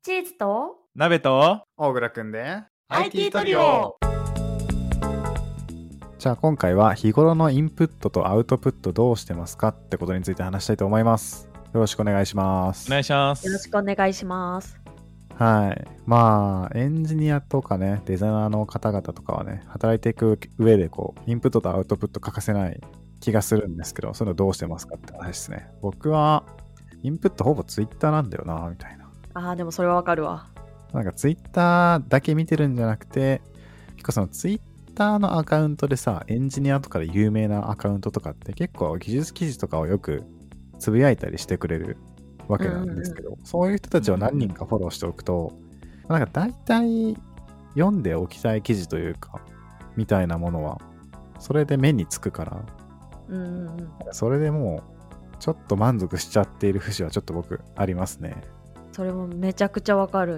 チーズと鍋と大倉くんで IT トリオ。 じゃあ今回は日頃のインプットとアウトプットどうしてますかってことについて話したいと思います。よろしくお願いします。 お願いします。 よろしくお願いします。 はい。まあエンジニアとかね、デザイナーの方々とかはね、働いていく上でこうインプットとアウトプット欠かせない気がするんですけど、そういうのどうしてますかって話ですね。僕はインプットほぼツイッターなんだよなみたいな。 でもそれはわかるわ。 なんかツイッターだけ見てるんじゃなくて、結構そのツイッターのアカウントでさ、エンジニアとかで有名なアカウントとかって結構技術記事とかをよくつぶやいたりしてくれるわけなんですけど、そういう人たちを何人かフォローしておくと、なんか大体読んでおきたい記事というか、みたいなものは、それで目につくから、それでもうちょっと満足しちゃっている節はちょっと僕ありますね。 それもめちゃくちゃわかる。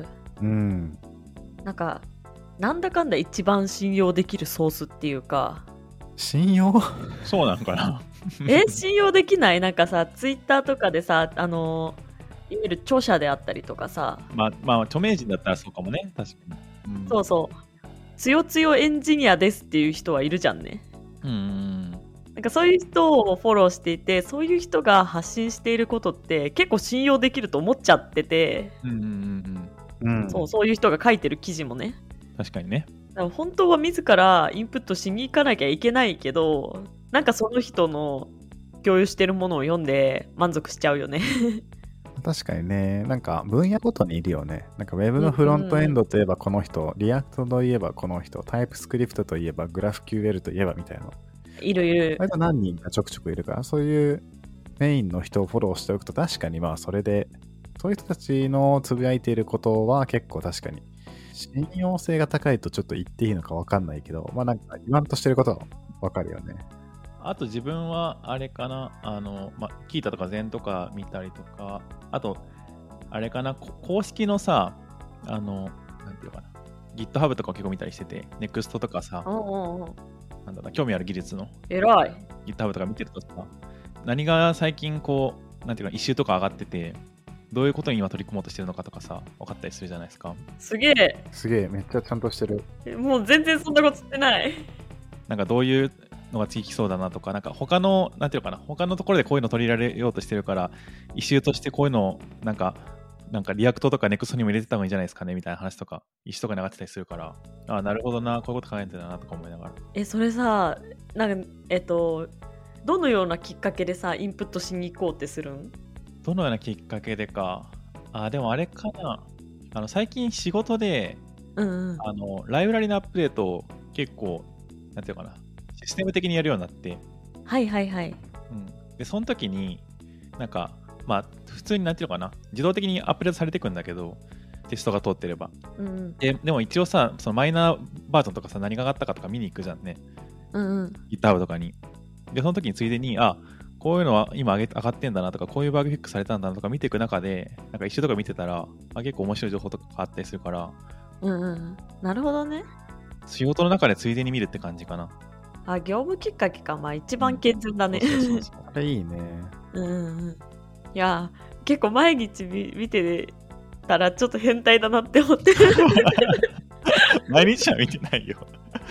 なんだかんだ一番信用できるソースっていうか。 信用そうなのかな信用できない？なんかさ、ツイッターとかでさ、いわゆる著者であったりとかさ、 まあ著名人だったらそうかもね、確かに、 そうそう、つよつよエンジニアですっていう人はいるじゃんね。なんかそういう人をフォローしていて、そういう人が発信していることって結構信用できると思っちゃってて、そういう人が書いてる記事もね。 確かにね。 だから本当は自らインプットしに行かなきゃいけないけど、なんかその人の共有してるものを読んで満足しちゃうよね。 確かにね、なんか分野ごとにいるよね。なんか Web のフロントエンドといえばこの人、リアクトといえばこの人、タイプスクリプトといえばグラフ QL といえばみたいな。 いる。 割と何人かちょくちょくいるから、そういうメインの人をフォローしておくと確かにまあそれで、そういう人たちのつぶやいていることは結構確かに信用性が高いとちょっと言っていいのか分かんないけど、まあなんか言わんとしてることは分かるよね。あと自分はあれかな、キータとかゼンとか見たりとか、あとあれかな、公式のさ、なんていうかな、GitHub とか結構見たりしてて、NEXT とかさ、なんだろうな、興味ある技術の偉い GitHub とか見てるとさ、何が最近こう、なんていうか、イシューとか上がってて、どういうことに今取り組もうとしてるのかとかさ、分かったりするじゃないですか。 すげえ、 めっちゃちゃんとしてる。 もう全然そんなことしてない。 なんかどういうのが次来そうだなとか、なんか他の、なんていうのかな、他のところでこういうの取り入れられようとしてるから、イシューとしてこういうのを、なんかリアクトとかネクストにも入れてた方がいいんじゃないですかねみたいな話とか、イシューとかに上がってたりするから、なるほどな、こういうこと考えてたなとか思いながら。 それさ、なんか、どのようなきっかけでさ、インプットしに行こうってするん？ どのようなきっかけでか。でもあれかな。最近仕事で、ライブラリのアップデートを結構、なんていうかな、システム的にやるようになって。で、その時に、なんか、普通になんていうのかな、自動的にアップデートされていくんだけど、テストが通ってれば。でも一応さ、そのマイナーバージョンとかさ、何が上がったかとか見に行くじゃんね。GitHub とかに。で、その時についでに、こういうのは今上がってんだなとか、こういうバグフィックスされたんだなとか見ていく中で、なんか一周とか見てたら、結構面白い情報とかあったりするから、 なるほどね。 仕事の中でついでに見るって感じかな。 業務きっかけか。一番健全だね。 あれいいね。 いや、結構毎日見てたらちょっと変態だなって思ってる。 毎日は見てないよ。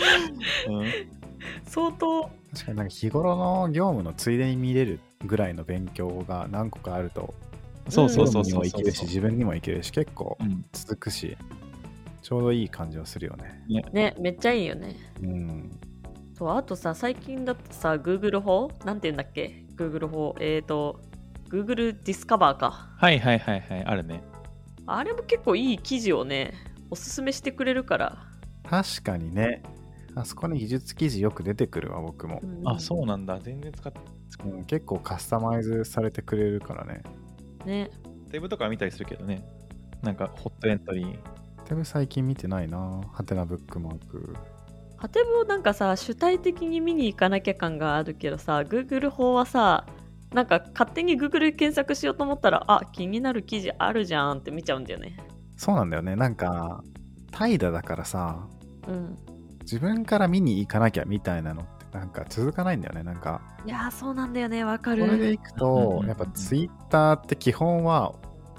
相当。 確かになんか日頃の業務のついでに見れるぐらいの勉強が何個かあると、 そう業務にも生きるし、自分にも生きるし、結構続くし、ちょうどいい感じはするよね。 ね、めっちゃいいよね。そう、あとさ、最近だとさ、Google 法なんて言うんだっけ？ Google 法。Google ディスカバーか。 はい、あるね。 あれも結構いい記事をね、おすすめしてくれるから。 確かにね。あそこに技術記事よく出てくるわ、僕も。 そうなんだ。全然使って、 結構カスタマイズされてくれるからね。 ね。 テブとか見たりするけどね。なんか、ホットエントリー。 テブ最近見てないな。ハテナブックマーク。 ハテブをなんかさ、主体的に見に行かなきゃ感があるけどさ、Google 法はさ、なんか勝手に Google 検索しようと思ったら、気になる記事あるじゃんって見ちゃうんだよね。 そうなんだよね。なんか、怠惰だからさ、自分から見に行かなきゃみたいなのってなんか続かないんだよね。なんか。 いやー、そうなんだよね。わかる。 これでいくと、やっぱ Twitter って基本は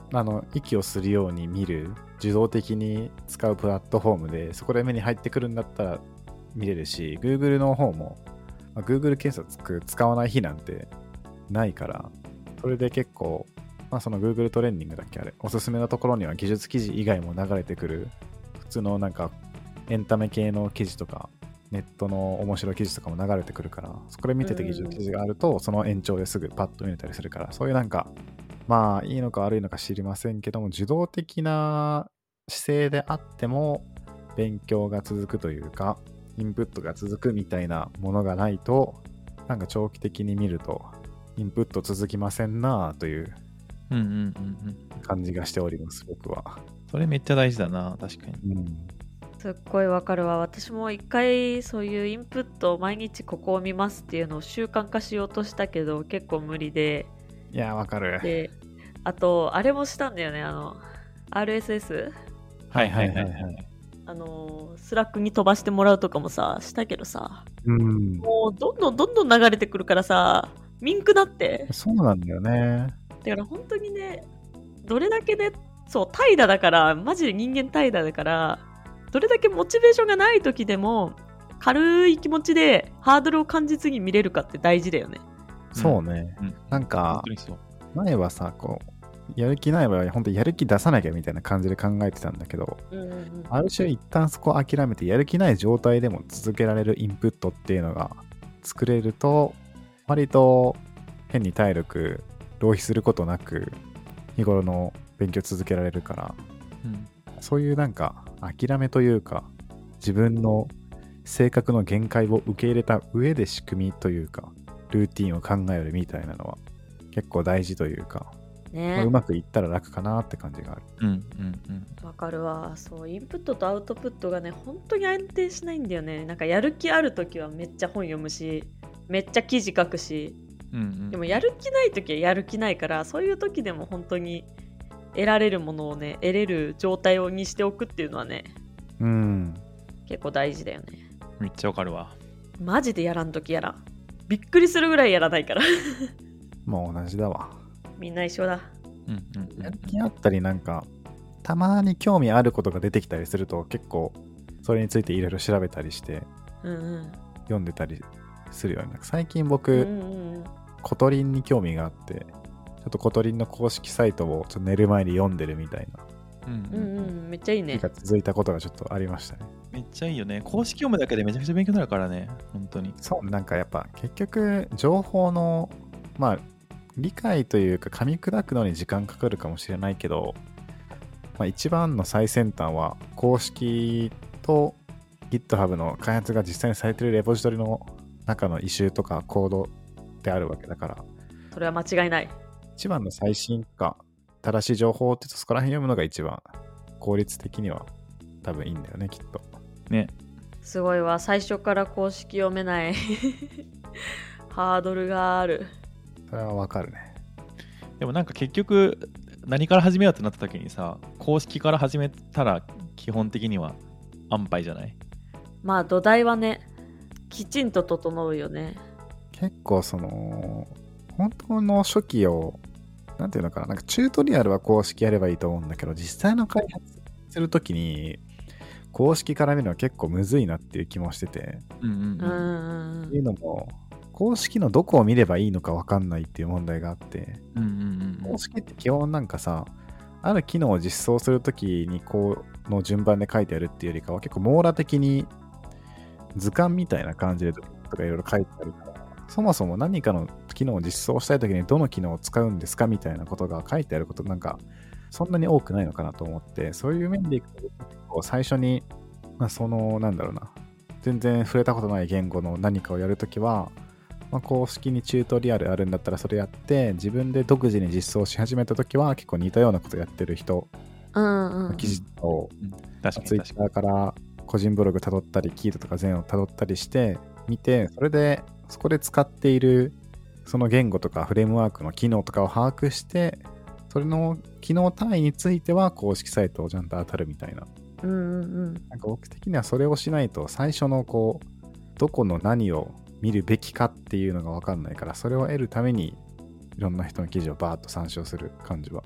息をするように見る、自動的に使うプラットフォームで、そこで目に入ってくるんだったら見れるし、Google の方も、Google 検索使わない日なんてないから、それで結構、その Google トレーニングだっけあれ、おすすめのところには技術記事以外も流れてくる、普通のなんかエンタメ系の記事とか、ネットの面白い記事とかも流れてくるから、そこで見てて技術記事があると、その延長ですぐパッと見れたりするから、そういうなんか、いいのか悪いのか知りませんけども、受動的な姿勢であっても、勉強が続くというか、インプットが続くみたいなものがないと、なんか長期的に見ると、インプット続きませんなという感じがしております、僕は。 それめっちゃ大事だな、確かに。 すっごいわかるわ。私も一回そういうインプットを毎日ここを見ますっていうのを習慣化しようとしたけど結構無理で。 いや、わかる。 で、あとあれもしたんだよね、RSS。 はいはいはいはい。 スラックに飛ばしてもらうとかもさしたけどさ、もうどんどん流れてくるからさ、ミンクなって。 そうなんだよね。 だから本当にね、どれだけね、そう怠惰だから、マジで人間怠惰だから、どれだけモチベーションがない時でも軽い気持ちでハードルを感じずに見れるかって大事だよね。 そうね。なんか前はさ、こうやる気ない場合は本当にやる気出さなきゃみたいな感じで考えてたんだけど、ある種一旦そこを諦めてやる気ない状態でも続けられるインプットっていうのが作れると、割と変に体力浪費することなく日頃の勉強続けられるから、そういうなんか諦めというか、自分の性格の限界を受け入れた上で仕組みというかルーティンを考えるみたいなのは結構大事というか、うまくいったら楽かなって感じがある。 わかるわ。そうインプットとアウトプットがね本当に安定しないんだよね。なんかやる気あるときはめっちゃ本読むし、めっちゃ記事書くし、でもやる気ないときはやる気ないから、そういうときでも本当に得られるものをね得れる状態にしておくっていうのはね、結構大事だよね。 めっちゃわかるわ。 マジでやらんときやらん。びっくりするぐらいやらないからもう同じだわ。 みんな一緒だ。 やる気あったり、なんかたまに興味あることが出てきたりすると結構それについていろいろ調べたりして、読んでたりするよね。最近僕、コトリンに興味があって、ちょっとコトリンの公式サイトをちょっと寝る前に読んでるみたいな、 めっちゃいいね。 続いたことがちょっとありましたね。 めっちゃいいよね。公式読むだけでめちゃくちゃ勉強になるからね、本当に。 そう、なんかやっぱ結局情報の理解というか噛み砕くのに時間かかるかもしれないけど、一番の最先端は公式と GitHub の開発が実際にされているレポジトリの中のイシューとかコードであるわけだから、 それは間違いない。 一番の最新か正しい情報って言うと、そこら辺読むのが一番効率的には多分いいんだよね、きっとね。 すごいわ。最初から公式読めないハードルがある。 それはわかるね。 でもなんか結局何から始めようってなった時にさ、公式から始めたら基本的には安牌じゃない？ 土台はねきちんと整うよね。 結構本当の初期をなんていうのかな、なんかチュートリアルは公式やればいいと思うんだけど、実際の開発するときに公式から見るのは結構むずいなっていう気もしてて、っていうのも公式のどこを見ればいいのか分かんないっていう問題があって、公式って基本なんかさ、ある機能を実装するときにこうの順番で書いてあるっていうよりかは結構網羅的に図鑑みたいな感じでとかいろいろ書いてあるから、そもそも何かの機能を実装したいときにどの機能を使うんですかみたいなことが書いてあることなんかそんなに多くないのかなと思って、そういう面でいくと最初になんだろうな、全然触れたことない言語の何かをやるときは、公式にチュートリアルあるんだったらそれやって、自分で独自に実装し始めたときは結構似たようなことやってる人の記事をツイッターから個人ブログ辿ったりキートとか全を辿ったりして見て、そこで使っているその言語とかフレームワークの機能とかを把握して、それの機能単位については公式サイトをちゃんと当たるみたいな。なんか僕的にはそれをしないと最初のどこの何を見るべきかっていうのが分かんないから、それを得るためにいろんな人の記事をバーッと参照する感じは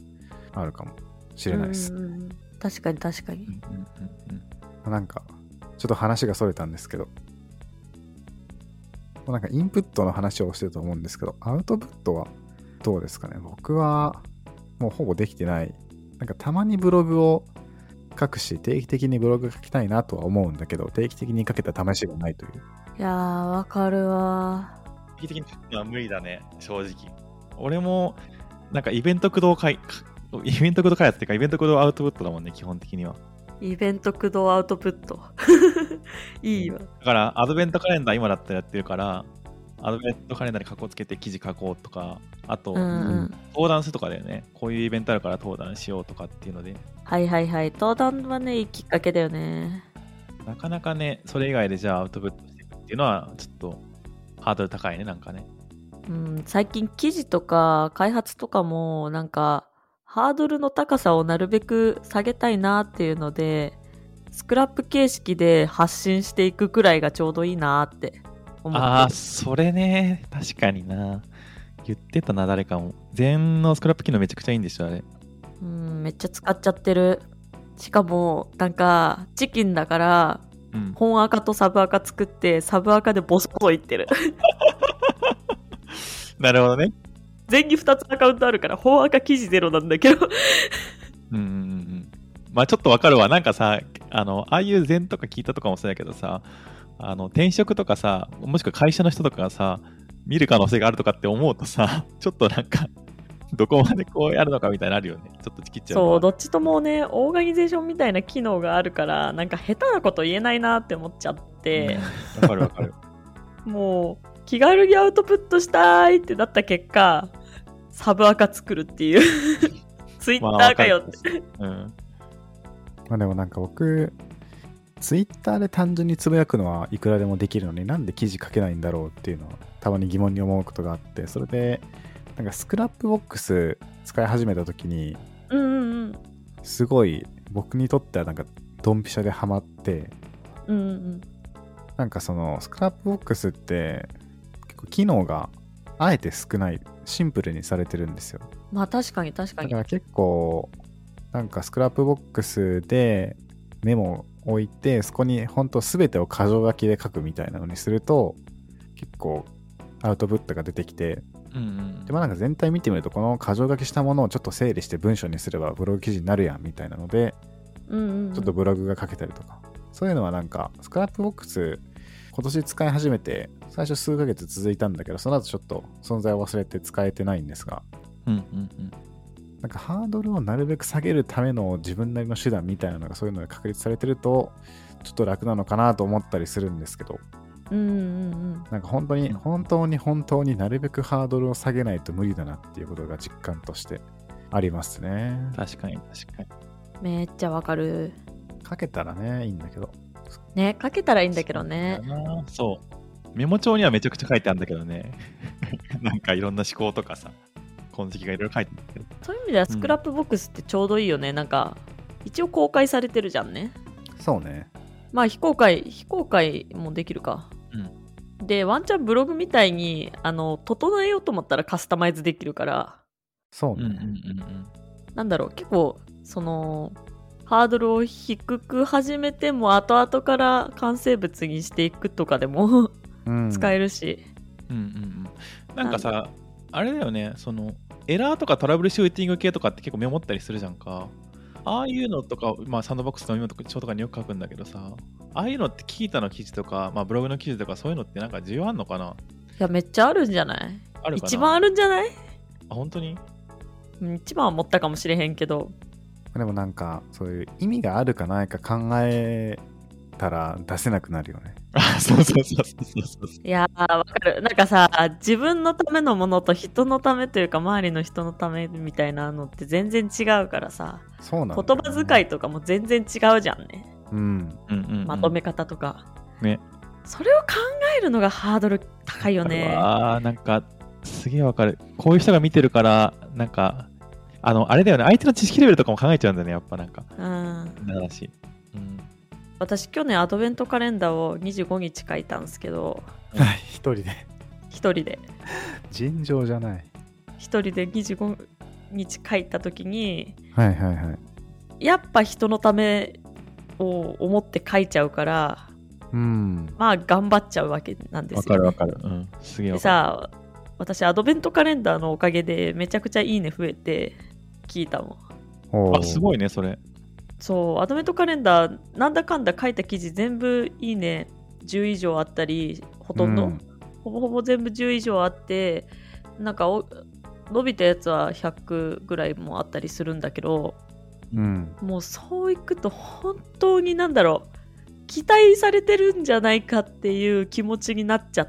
あるかもしれないです。 確かに確かに。 なんかちょっと話がそれたんですけど、なんかインプットの話をしてると思うんですけど、アウトプットはどうですかね。僕はもうほぼできてない。なんかたまにブログを書くし、定期的にブログ書きたいなとは思うんだけど、定期的に書けた試しがないという。 いやー、わかるわ。 定期的に書くのは無理だね、正直。俺もなんかイベント駆動開発っていうか、イベント駆動アウトプットだもんね、基本的には。 イベント駆動アウトプット。いいわ。 だからアドベントカレンダー今だったらやってるから、アドベントカレンダーにカッコつけて記事書こうとか、あと、登壇するとかだよね。こういうイベントあるから登壇しようとかっていうので。 はいはいはい。登壇はね、いいきっかけだよね。 なかなかね、それ以外でじゃあアウトプットしていくっていうのは、ちょっとハードル高いね、なんかね。 最近記事とか開発とかもなんかハードルの高さをなるべく下げたいなっていうので、スクラップ形式で発信していくくらいがちょうどいいなって思って。 ああ、それね、確かにな。言ってたな、誰かも。全のスクラップ機能めちゃくちゃいいんでしょ、あれ。 めっちゃ使っちゃってる。しかもなんかチキンだから、本アカとサブアカ作ってサブアカでボソボソ言ってる。 なるほどね。 前に2つアカウントあるから本アカ記事ゼロなんだけど。 まあちょっとわかるわ。なんかさ、ああいう禅とか聞いたとかもそうやけどさ、転職とかさ、もしくは会社の人とかがさ、見る可能性があるとかって思うとさ、ちょっとなんかどこまでこうやるのかみたいなのあるよね。ちょっとチキっちゃう。 そう、どっちともね、オーガニゼーションみたいな機能があるから、なんか下手なこと言えないなって思っちゃって。 わかるわかる。 もう、気軽にアウトプットしたいってなった結果、サブアカ作るっていう。ツイッターかよって。 まあでもなんか僕、ツイッターで単純につぶやくのはいくらでもできるのになんで記事書けないんだろうっていうのをたまに疑問に思うことがあって、それでなんかスクラップボックス使い始めた時に、すごい僕にとってはなんかドンピシャでハマって、なんかそのスクラップボックスって結構機能があえて少ない、シンプルにされてるんですよ。 まあ確かに確かに。 だから結構なんかスクラップボックスでメモを置いて、そこに本当全てを箇条書きで書くみたいなのにすると結構アウトプットが出てきて、でもなんか全体見てみるとこの箇条書きしたものをちょっと整理して文章にすればブログ記事になるやんみたいなので、ちょっとブログが書けたりとか、そういうのはなんかスクラップボックス今年使い始めて最初数ヶ月続いたんだけど、その後ちょっと存在を忘れて使えてないんですが、なんかハードルをなるべく下げるための自分なりの手段みたいなのがそういうのが確立されてるとちょっと楽なのかなと思ったりするんですけど、なんか本当になるべくハードルを下げないと無理だなっていうことが実感としてありますね。 確かに確かに。 めっちゃわかる。 書けたらねいいんだけどね、書けたらいいんだけどね。 そうメモ帳にはめちゃくちゃ書いてあるんだけどね。なんかいろんな思考とかさ、痕跡がいろいろ書いてあるけど、 そういう意味ではスクラップボックスってちょうどいいよね。なんか一応公開されてるじゃんね。 そうね。 まあ非公開もできるか。でワンチャンブログみたいに整えようと思ったらカスタマイズできるから。 そうね。 なんだろう、結構そのハードルを低く始めても後々から完成物にしていくとかでも使えるし、 なんかさ、あれだよね、そのエラーとかトラブルシューティング系とかって結構メモったりするじゃんか。ああいうのとか、まあ、サンドボックスのメモとか書とかによく書くんだけどさ、ああいうのってキータの記事とか、まあ、ブログの記事とかそういうのってなんか需要あんのかな？ いやめっちゃあるんじゃない？ あるかな？ 一番あるんじゃない？ あ、本当に？ 一番は持ったかもしれへんけど、 でもなんかそういう意味があるかないか考えたら出せなくなるよね。 そう。 いやーわかる。なんかさ、自分のためのものと人のためというか周りの人のためみたいなのって全然違うからさ。 そうなんだよね。 言葉遣いとかも全然違うじゃんね。まとめ方とか。 ね。 それを考えるのがハードル高いよね。 なんかすげえわかる。こういう人が見てるからなんかあれだよね。相手の知識レベルとかも考えちゃうんだよね。やっぱなんか。だし。 私去年アドベントカレンダーを25日書いたんですけど、 一人で尋常じゃない。 一人で25日書いた時にはいはいはい。 やっぱ人のためを思って書いちゃうから、まあ頑張っちゃうわけなんですよね。 わかる。すげえわかる。 でさ、私アドベントカレンダーのおかげでめちゃくちゃいいね増えて聞いたもん。あ、すごいねそれ。 そう、アドベントカレンダーなんだかんだ書いた記事全部いいね10以上あったり、ほとんど、ほぼほぼ全部10以上あって、なんか伸びたやつは100ぐらいもあったりするんだけど、もうそういくと本当に期待されてるんじゃないかっていう気持ちになっちゃって、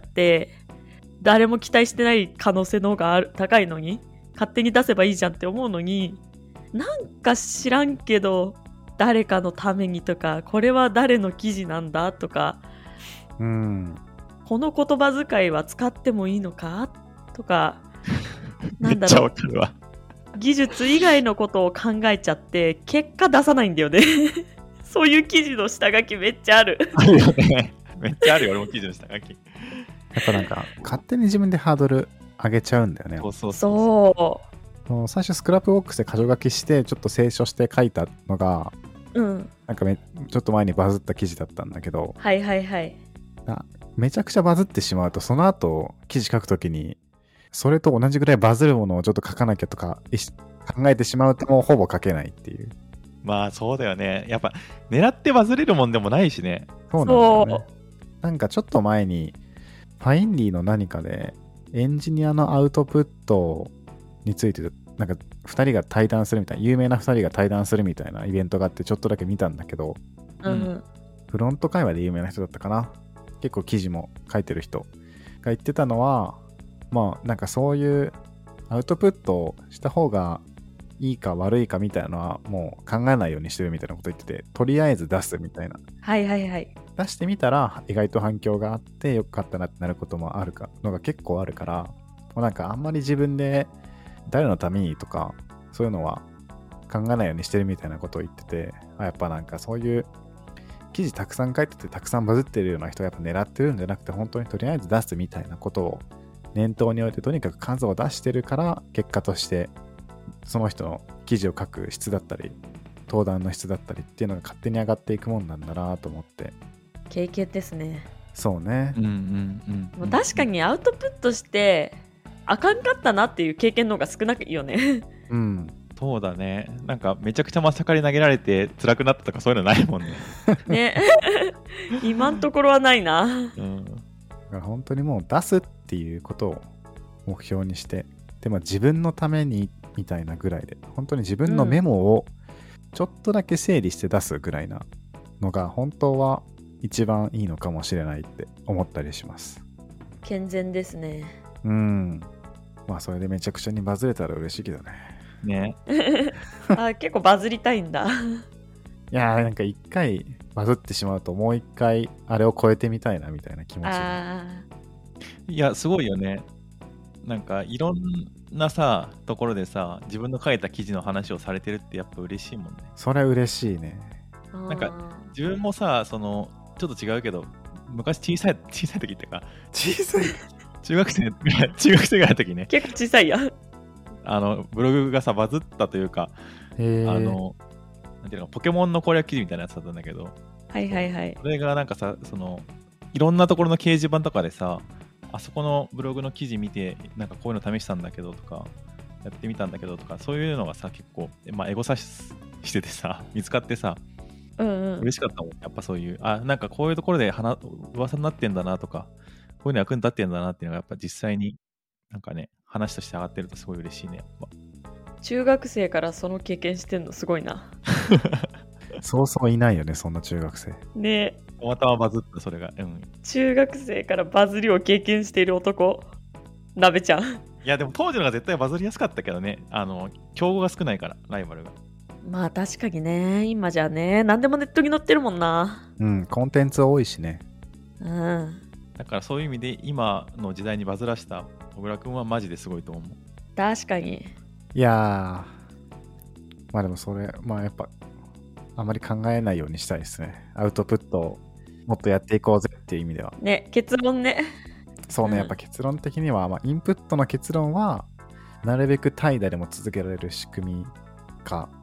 誰も期待してない可能性の方が高いのに勝手に出せばいいじゃんって思うのに、なんか知らんけど誰かのためにとか、これは誰の記事なんだとか、この言葉遣いは使ってもいいのかとか、 めっちゃわかるわ。 技術以外のことを考えちゃって結果出さないんだよねそういう記事の下書きめっちゃある。 あるよね。めっちゃあるよ、俺も記事の下書き。 やっぱなんか勝手に自分でハードル上げちゃうんだよね。 そう最初スクラップボックスで箇条書きしてちょっと清書して書いたのが、なんかちょっと前にバズった記事だったんだけど、 はいはいはい、 めちゃくちゃバズってしまうと、その後記事書くときにそれと同じぐらいバズるものをちょっと書かなきゃとか考えてしまうと、もうほぼ書けないっていう。 まあそうだよね。やっぱ狙ってバズれるもんでもないしね。 そうなんだよね。なんかちょっと前にファインリーの何かでエンジニアのアウトプットについてなんか2人が対談するみたいな、有名な2人が対談するみたいなイベントがあって、ちょっとだけ見たんだけど、フロント界隈で有名な人だったかな、結構記事も書いてる人が言ってたのは、まあなんかそういうアウトプットをした方がいいか悪いかみたいなのはもう考えないようにしてるみたいなこと言ってて、とりあえず出すみたいな。 はいはいはい。 出してみたら意外と反響があってよかったなってなることもあるのが結構あるから、なんかあんまり自分で誰のためにとかそういうのは考えないようにしてるみたいなことを言ってて、やっぱなんかそういう記事たくさん書いててたくさんバズってるような人はやっぱ狙ってるんじゃなくて、本当にとりあえず出すみたいなことを念頭に置いて、とにかく数を出してるから結果としてその人の記事を書く質だったり登壇の質だったりっていうのが勝手に上がっていくもんなんだなと思って。 経験ですね。 そうね。 もう確かにアウトプットしてあかんかったなっていう経験の方が少ないよね。 そうだね。なんかめちゃくちゃ真っ盛り投げられて辛くなったとかそういうのないもんね。 ね今んところはないな。 だから本当にもう出すっていうことを目標にして、でも自分のためにみたいなぐらいで、本当に自分のメモをちょっとだけ整理して出すぐらいなのが本当は一番いいのかもしれないって思ったりします。 健全ですね。 まあそれでめちゃくちゃにバズれたら嬉しいけどね。 ね結構バズりたいんだ。 いやーなんか一回バズってしまうともう一回あれを超えてみたいなみたいな気持ち。 いやすごいよね。なんかいろんなさところでさ自分の書いた記事の話をされてるってやっぱ嬉しいもんね。 それ嬉しいね。 なんか自分もさちょっと違うけど昔小さい時ってか中学生ぐらいの時ね。 結構小さいや。 ブログがさバズったというか、なんていうのポケモンの攻略記事みたいなやつだったんだけど、 はいはいはい。 それがなんかさいろんなところの掲示板とかでさ、あそこのブログの記事見てなんかこういうの試したんだけどとかやってみたんだけどとか、そういうのがさ結構エゴサしててさ見つかってさ、嬉しかったもん。やっぱそういうなんかこういうところで噂になってんだなとか、こういうの役に立ってんだなっていうのがやっぱ実際になんかね話として上がってるとすごい嬉しいね。やっぱ中学生からその経験してんのすごいな。 そうそういないよねそんな中学生ね。 たまたまバズったそれが、 中学生からバズりを経験している男なべちゃん。 いやでも当時のが絶対バズりやすかったけどね。競合が少ないからライバルが。 まあ確かにね、今じゃね何でもネットに載ってるもんな。 コンテンツ多いしね。 だからそういう意味で今の時代にバズらした小倉くんはマジですごいと思う。 確かに。 いやまあでもそれやっぱあまり考えないようにしたいですね。アウトプットをもっとやっていこうぜっていう意味ではね。結論ね。 そうね、やっぱ結論的には、インプットの結論はなるべく怠惰でも続けられる仕組みか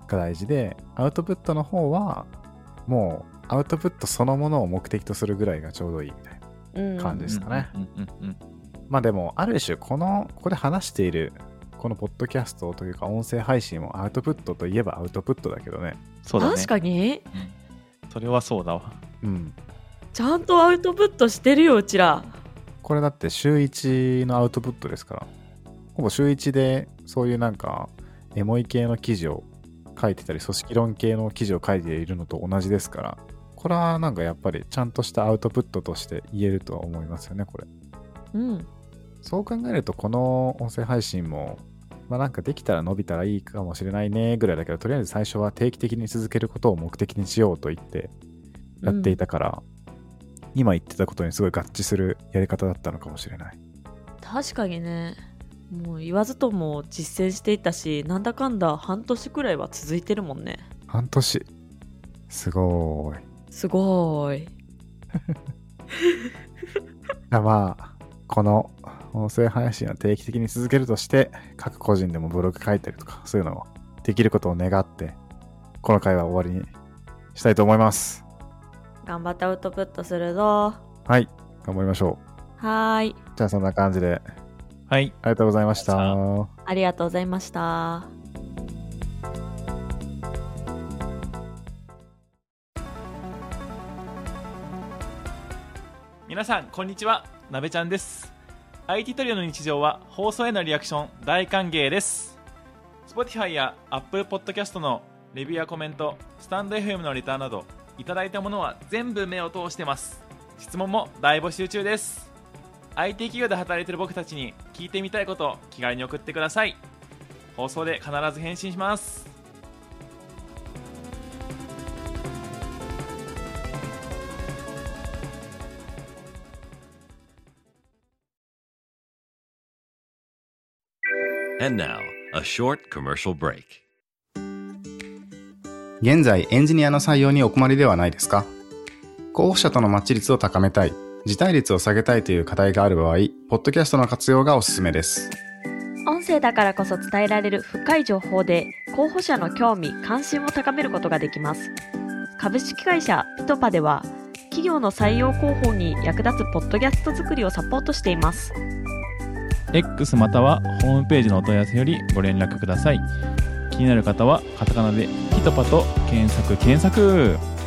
が大事で、アウトプットの方はもうアウトプットそのものを目的とするぐらいがちょうどいいみたいな感じですかね。まあでもある種ここで話しているこのポッドキャストというか音声配信もアウトプットといえばアウトプットだけどね。 そうだね。 確かに、 それはそうだわ。 ちゃんとアウトプットしてるようちら。 これだって週1のアウトプットですから、ほぼ週1でそういうなんかエモい系の記事を書いてたり組織論系の記事を書いているのと同じですから、これはなんかやっぱりちゃんとしたアウトプットとして言えるとは思いますよね、これ。そう考えるとこの音声配信もまあなんかできたら伸びたらいいかもしれないねぐらいだけど、とりあえず最初は定期的に続けることを目的にしようと言ってやっていたから、今言ってたことにすごい合致するやり方だったのかもしれない。 確かにね。もう言わずとも実践していたし、なんだかんだ半年くらいは続いてるもんね。 半年。すごーい。 すごーい。 まあこの音声配信は定期的に続けるとして、各個人でもブログ書いたりとかそういうのをできることを願って、この回は終わりにしたいと思います。 頑張ってアウトプットするぞ。 はい、頑張りましょう。はーい。 じゃあそんな感じで、 はい、 ありがとうございました。 ありがとうございました。 皆さんこんにちは、なべちゃんです。 IT トリオの日常は放送へのリアクション大歓迎です。 Spotify や Apple Podcast のレビューやコメント、スタンド FM のレターなどいただいたものは全部目を通してます。質問も大募集中です。 IT 企業で働いている僕たちに聞いてみたいことを気軽に送ってください。放送で必ず返信します。 And now, a short commercial break. 現在エンジニアの採用にお困りではないですか？候補者とのマッチ率を高めたい、辞退率を下げたいという課題がある場合、ポッドキャストの活用がおすすめです。 音声だからこそ伝えられる深い情報で、候補者の興味・関心を高めることができます。株式会社ピトパでは、企業の採用広報に役立つポッドキャスト作りをサポートしています。 X またはホームページのお問い合わせよりご連絡ください。気になる方はカタカナでピトパと検索。